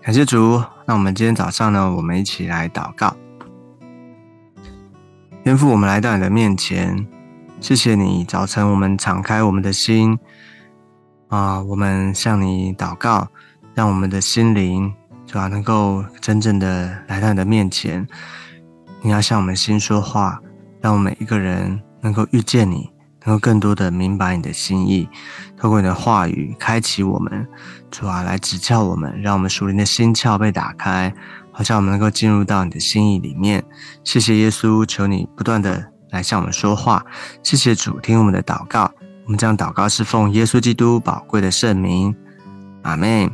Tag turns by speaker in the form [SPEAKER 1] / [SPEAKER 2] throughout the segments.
[SPEAKER 1] 感谢主，那我们今天早上呢，我们一起来祷告。天父，我们来到你的面前，谢谢你，早晨我们敞开我们的心我们向你祷告，让我们的心灵主要能够真正的来到你的面前。你要向我们心说话，让我们每一个人能够遇见你，能够更多的明白你的心意，透过你的话语开启我们，主啊，来指教我们，让我们属灵的心窍被打开，好像我们能够进入到你的心意里面。谢谢耶稣，求你不断的来向我们说话。谢谢主，听我们的祷告，我们将祷告是奉耶稣基督宝贵的圣名，阿们。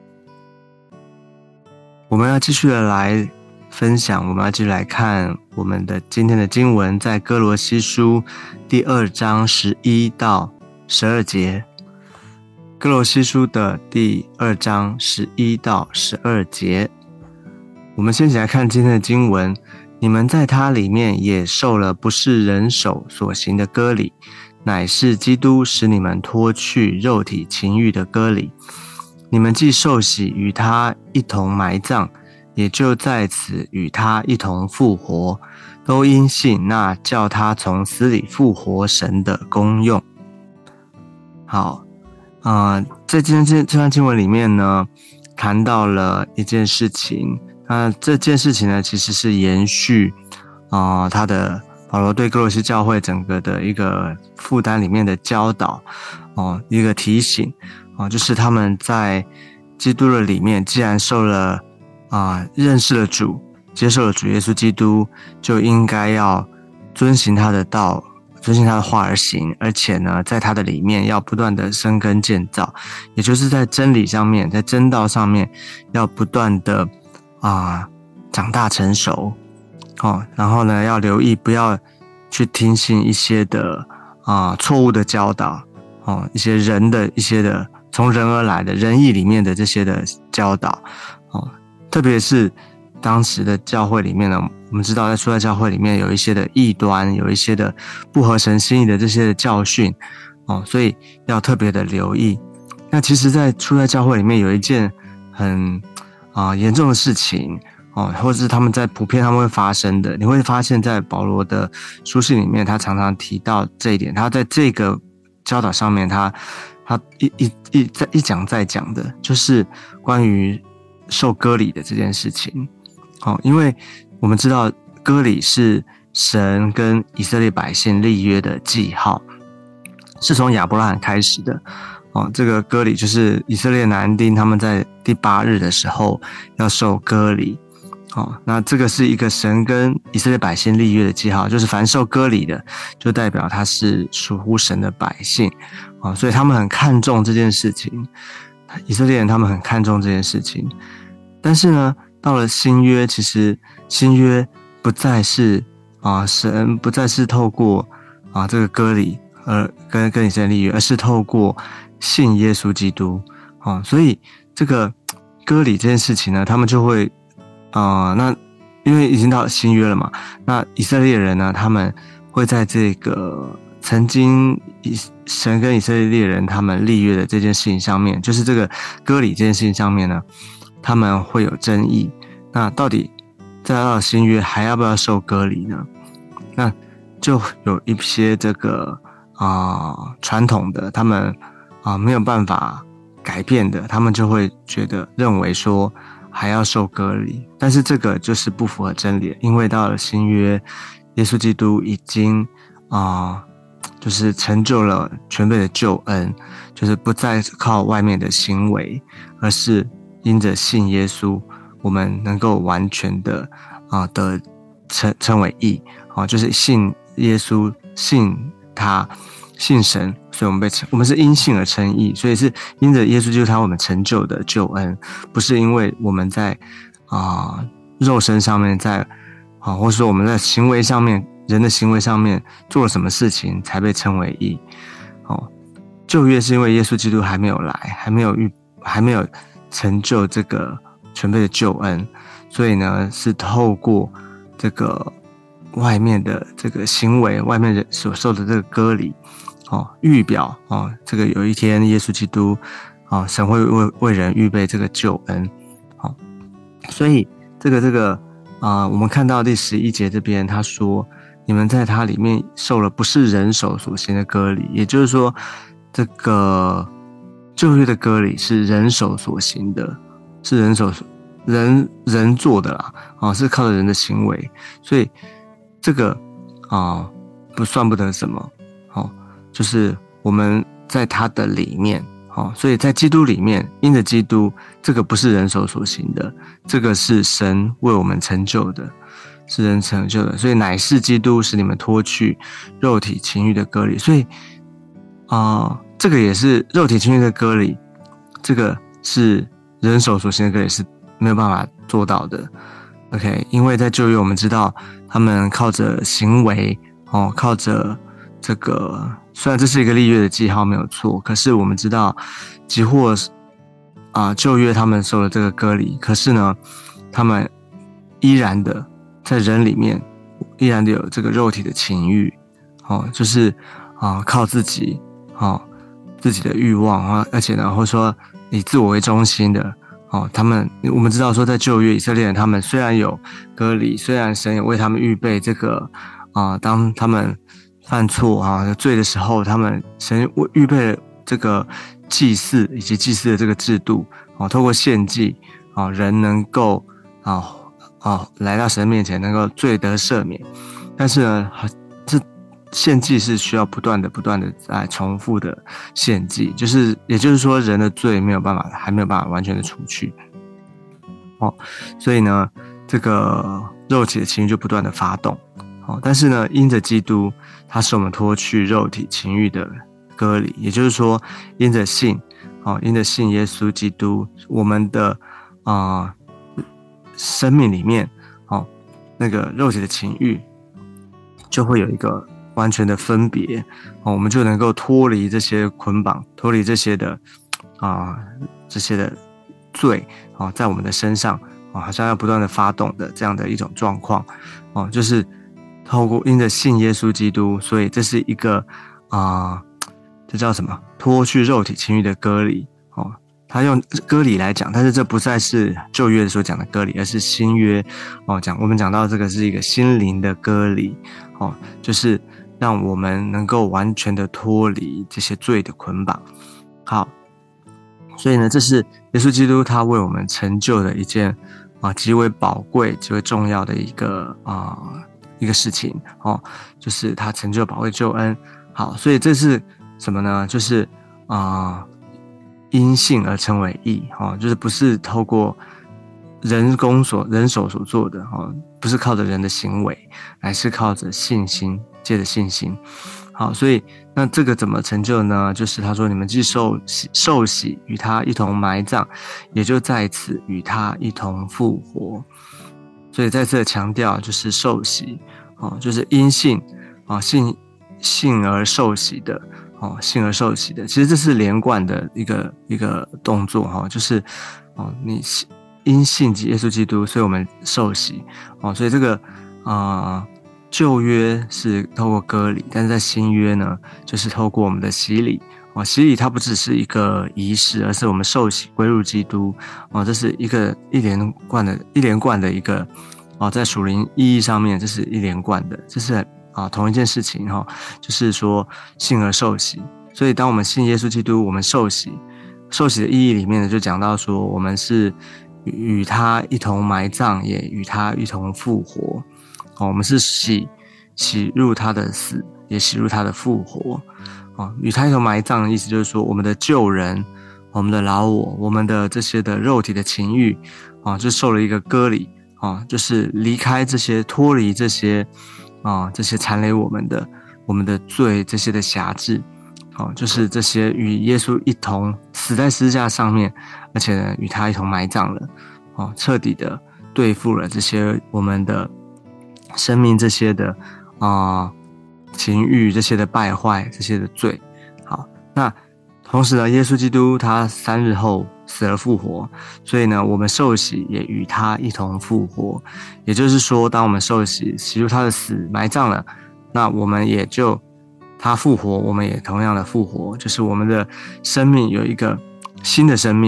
[SPEAKER 1] 我们要继续的来分享，我们要继续来看我们的今天的经文，在哥罗西书第2章11到12节。哥罗西书的第2章11到12节，我们先起来看今天的经文。你们在他里面也受了不是人手所行的割礼，乃是基督使你们脱去肉体情欲的割礼。你们既受洗与他一同埋葬，也就在此与他一同复活，都因信那叫他从死里复活神的功用。好，在今天这段经文里面呢，谈到了一件事情。那这件事情呢，其实是延续他的保罗对哥罗西教会整个的一个负担里面的教导一个提醒就是他们在基督的里面，既然受了认识了主，接受了主耶稣基督，就应该要遵行他的道，遵行他的话而行，而且呢，在他的里面要不断的生根建造，也就是在真理上面，在真道上面要不断的长大成熟然后呢，要留意不要去听信一些的错误的教导一些人的一些的从人而来的仁义里面的这些的教导特别是当时的教会里面呢，我们知道在初代教会里面有一些的异端，有一些的不合神心意的这些的教训所以要特别的留意。那其实在初代教会里面有一件很严重的事情或者是他们在普遍他们会发生的，你会发现在保罗的书信里面，他常常提到这一点，他在这个教导上面他一讲再讲的，就是关于受割礼的这件事情因为我们知道割礼是神跟以色列百姓立约的记号，是从亚伯拉罕开始的这个割礼就是以色列男丁他们在第8日的时候要受割礼那这个是一个神跟以色列百姓立约的记号，就是凡受割礼的就代表他是属乎神的百姓所以他们很看重这件事情，以色列人他们很看重这件事情。但是呢，到了新约，其实新约不再是神不再是透过这个割礼跟以色列立约，而是透过信耶稣基督所以这个割礼这件事情呢，他们就会那因为已经到新约了嘛，那以色列人呢，他们会在这个曾经神跟以色列人他们立约的这件事情上面，就是这个割礼这件事情上面呢，他们会有争议。那到底再到新约还要不要受割礼呢？那就有一些这个传统的他们没有办法改变的，他们就会认为说还要受割礼，但是这个就是不符合真理，因为到了新约，耶稣基督已经就是成就了全备的救恩，就是不再靠外面的行为，而是因着信耶稣，我们能够完全的得称为义就是信耶稣，信他，信神，所以我们是因信而称义，所以是因着耶稣基督他为我们成就的救恩，不是因为我们在肉身上面或者说我们在行为上面，人的行为上面做了什么事情才被称为义旧约是因为耶稣基督还没有来，还没有成就这个全备的救恩，所以呢是透过这个外面的这个行为，外面人所受的这个割礼预表这个有一天耶稣基督神会为人预备这个救恩所以我们看到第11节这边他说，你们在他里面受了不是人手所行的割礼，也就是说这个旧约的割礼是人手所行的，是人做的啦，是靠着人的行为，所以这个不算不得什么，就是我们在他的里面，所以在基督里面，因着基督，这个不是人手所行的，这个是神为我们成就的，是人成就的，所以乃是基督使你们脱去肉体情欲的割礼，所以这个也是肉体情欲的割礼，这个是人手所行的割礼是没有办法做到的。OK， 因为在旧约我们知道他们靠着行为，靠着这个，虽然这是一个立约的记号没有错，可是我们知道即或旧约他们受了这个割礼，可是呢他们依然的在人里面依然的有这个肉体的情欲，就是靠自己的欲望，而且呢或者说以自我为中心的，我们知道说在旧约以色列人他们虽然有割礼，虽然神有为他们预备这个当他们犯错有罪的时候，神预备了这个祭祀以及祭祀的这个制度，透过献祭人能够来到神面前能够罪得赦免，但是呢这献祭是需要不断的来重复的献祭，也就是说人的罪还没有办法完全的除去，所以呢这个肉体的情欲就不断的发动，但是呢因着基督他使我们脱去肉体情欲的割礼，也就是说因着信耶稣基督，我们的生命里面那个肉体的情欲就会有一个完全的分别，我们就能够脱离这些捆绑，脱离这些的罪在我们的身上好像要不断的发动的这样的一种状况，就是透过因着信耶稣基督，所以这是一个这叫什么？脱去肉体情欲的割礼，他用割礼来讲，但是这不再是旧约所讲的割礼，而是新约我们讲到这个是一个心灵的割礼，就是让我们能够完全的脱离这些罪的捆绑。好，所以呢，这是耶稣基督他为我们成就的一件极为宝贵、极为重要的一个事情就是他成就宝贵救恩。好，所以这是什么呢？就是因信而成为义，就是不是透过人手所做的，不是靠着人的行为，乃是靠着信心，借着信心。好，所以那这个怎么成就呢？就是他说你们既受洗与他一同埋葬，也就在此与他一同复活。所以在这强调就是受洗，就是因信信而受洗的，信而受洗的，其实这是连贯的一个动作，就是你因信耶稣基督，所以我们受洗，所以这个旧约是透过割礼，但是在新约呢，就是透过我们的洗礼。洗礼它不只是一个仪式，而是我们受洗归入基督。这是一连贯的一个在属灵意义上面，这是一连贯的，这是同一件事情就是说信而受洗。所以当我们信耶稣基督，我们受洗的意义里面呢，就讲到说我们是与他一同埋葬，也与他一同复活。我们是洗入他的死，也洗入他的复活。与他一同埋葬的意思就是说，我们的旧人，我们的老我们的这些的肉体的情欲就受了一个割礼就是离开这些，脱离这些缠累我们的罪，这些的辖制就是这些与耶稣一同死在十字架上面，而且呢与他一同埋葬了彻底的对付了这些我们的生命，这些的情欲，这些的败坏，这些的罪。好，那同时呢，耶稣基督他3日后死而复活，所以呢我们受洗也与他一同复活。也就是说，当我们受洗入他的死，埋葬了，那我们也就他复活，我们也同样的复活，就是我们的生命有一个新的生命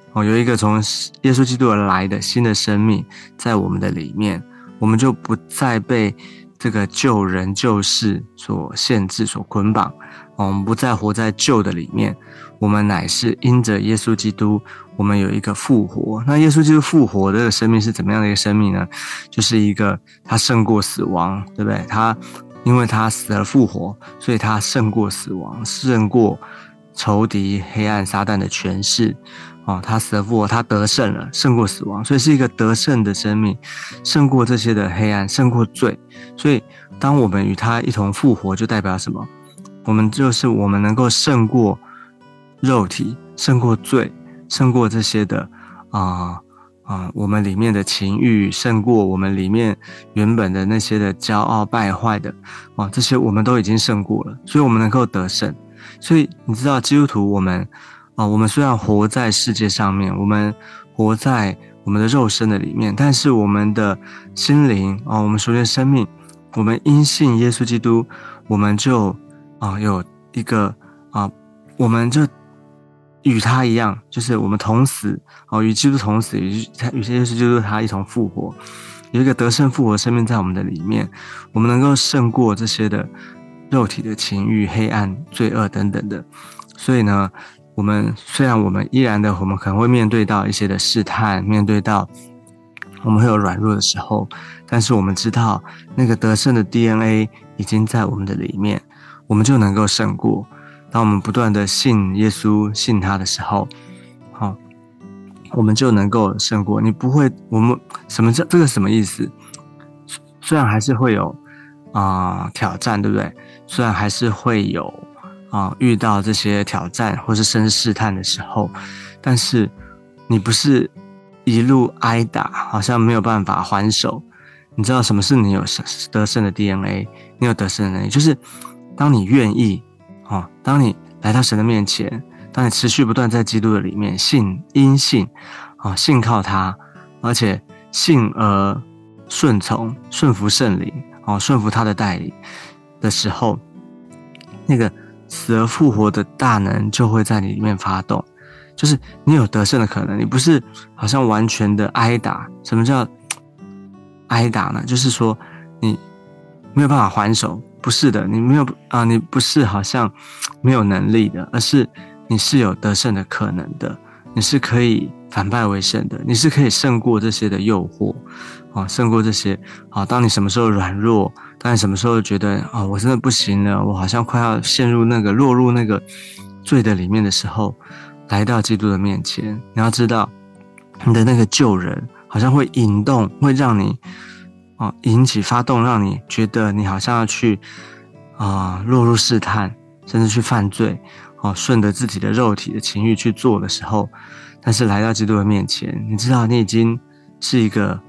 [SPEAKER 1] 有一个从耶稣基督而来的新的生命在我们的里面，我们就不再被这个旧人旧事所限制所捆绑，我们不再活在旧的里面，我们乃是因着耶稣基督，我们有一个复活。那耶稣基督复活的这个生命是怎么样的一个生命呢？就是一个他胜过死亡，对不对？因为他死而复活，所以他胜过死亡，胜过仇敌黑暗撒旦的权势。他死而复活，他得胜了，胜过死亡，所以是一个得胜的生命，胜过这些的黑暗，胜过罪。所以当我们与他一同复活，就代表什么？我们能够胜过肉体，胜过罪，胜过这些的我们里面的情欲，胜过我们里面原本的那些的骄傲败坏的这些我们都已经胜过了，所以我们能够得胜。所以你知道基督徒我们虽然活在世界上面，我们活在我们的肉身的里面，但是我们的心灵我们属灵的生命，我们因信耶稣基督，我们就有一个我们就与他一样，就是我们同死与基督同死，与耶稣基督他一同复活，有一个得胜复活的生命在我们的里面，我们能够胜过这些的肉体的情欲、黑暗、罪恶等等的。所以呢，虽然我们依然的，我们可能会面对到一些的试探，面对到我们会有软弱的时候，但是我们知道那个得胜的 DNA 已经在我们的里面，我们就能够胜过。当我们不断的信耶稣、信他的时候，我们就能够胜过。你不会，这个什么意思？虽然还是会有挑战，对不对？虽然还是会有遇到这些挑战或是甚至试探的时候，但是你不是一路挨打，好像没有办法还手。你知道什么是你有得胜的 DNA， 你有得胜的能力，就是当你愿意当你来到神的面前，当你持续不断在基督的里面因信信靠他，而且信而顺服圣灵顺服他的带领的时候，那个死而复活的大能就会在你里面发动，就是你有得胜的可能，你不是好像完全的挨打。什么叫挨打呢？就是说你没有办法还手，不是的，你不是好像没有能力的，而是你是有得胜的可能的，你是可以反败为胜的，你是可以胜过这些的诱惑胜过这些当你什么时候软弱，当你什么时候觉得我真的不行了，我好像快要落入那个罪的里面的时候，来到基督的面前，你要知道你的那个旧人好像会引动，会让你发动，让你觉得你好像要去落入试探，甚至去犯罪顺着自己的肉体的情欲去做的时候，但是来到基督的面前，你知道你已经是一个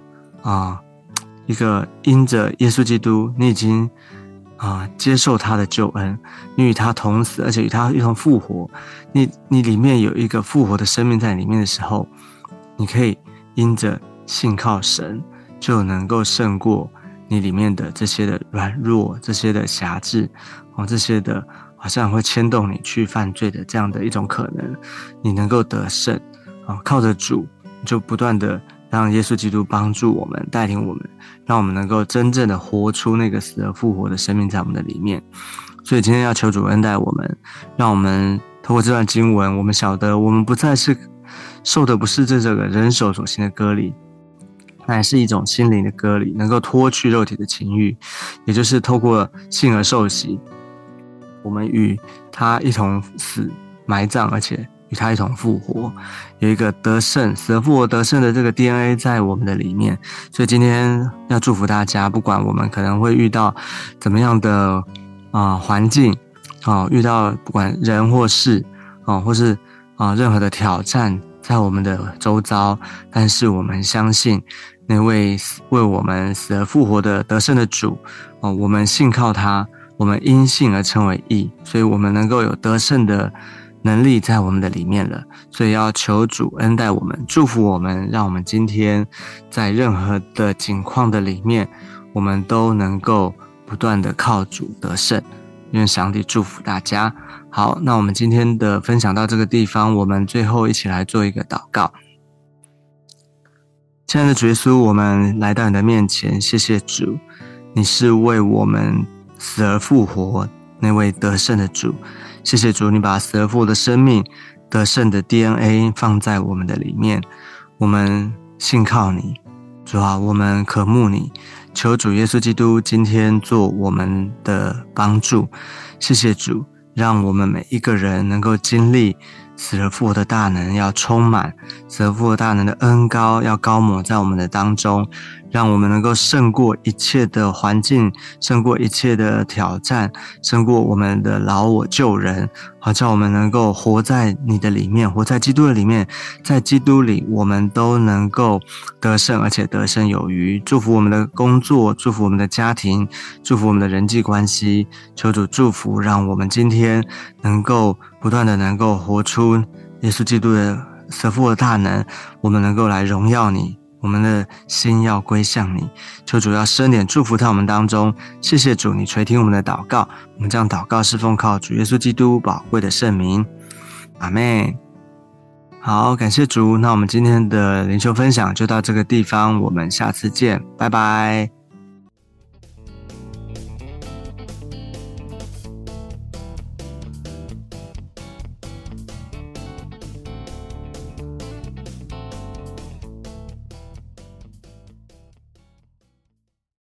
[SPEAKER 1] 因着耶稣基督，你已经接受他的救恩，你与他同死，而且与他一同复活，你里面有一个复活的生命在里面的时候，你可以因着信靠神，就能够胜过你里面的这些的软弱，这些的辖制这些的好像会牵动你去犯罪的这样的一种可能，你能够得胜靠着主，就不断的让耶稣基督帮助我们，带领我们，让我们能够真正的活出那个死而复活的生命在我们的里面。所以今天要求主恩待我们，让我们透过这段经文，我们晓得我们不再是受的不是这个人手所行的割礼，乃是一种心灵的割礼，能够脱去肉体的情欲，也就是透过信而受洗，我们与他一同死埋葬，而且与他一同复活，有一个得胜死而复活得胜的这个 DNA 在我们的里面。所以今天要祝福大家，不管我们可能会遇到怎么样的环境遇到不管人或事或是任何的挑战在我们的周遭，但是我们相信那位为我们死而复活的得胜的主我们信靠他，我们因信而称为义，所以我们能够有得胜的能力在我们的里面了。所以要求主恩待我们，祝福我们，让我们今天在任何的境况的里面，我们都能够不断的靠主得胜。 愿上帝祝福大家。好，那我们今天的分享到这个地方，我们最后一起来做一个祷告。亲爱的主耶稣，我们来到你的面前，谢谢主，你是为我们死而复活那位得胜的主。谢谢主，你把死而复活的生命得胜的 DNA 放在我们的里面，我们信靠你。主啊，我们渴慕你，求主耶稣基督今天做我们的帮助。谢谢主，让我们每一个人能够经历死而复活的大能，要充满死而复活大能的恩膏，要膏抹在我们的当中，让我们能够胜过一切的环境，胜过一切的挑战，胜过我们的老我旧人，好叫我们能够活在你的里面，活在基督的里面，在基督里我们都能够得胜，而且得胜有余。祝福我们的工作，祝福我们的家庭，祝福我们的人际关系，求主祝福，让我们今天能够不断的能够活出耶稣基督的死而复活的大能，我们能够来荣耀你，我们的心要归向你。求主要深点祝福在我们当中。谢谢主，你垂听我们的祷告，我们这样祷告是奉靠主耶稣基督宝贵的圣名，阿们。好，感谢主，那我们今天的灵修分享就到这个地方，我们下次见，拜拜。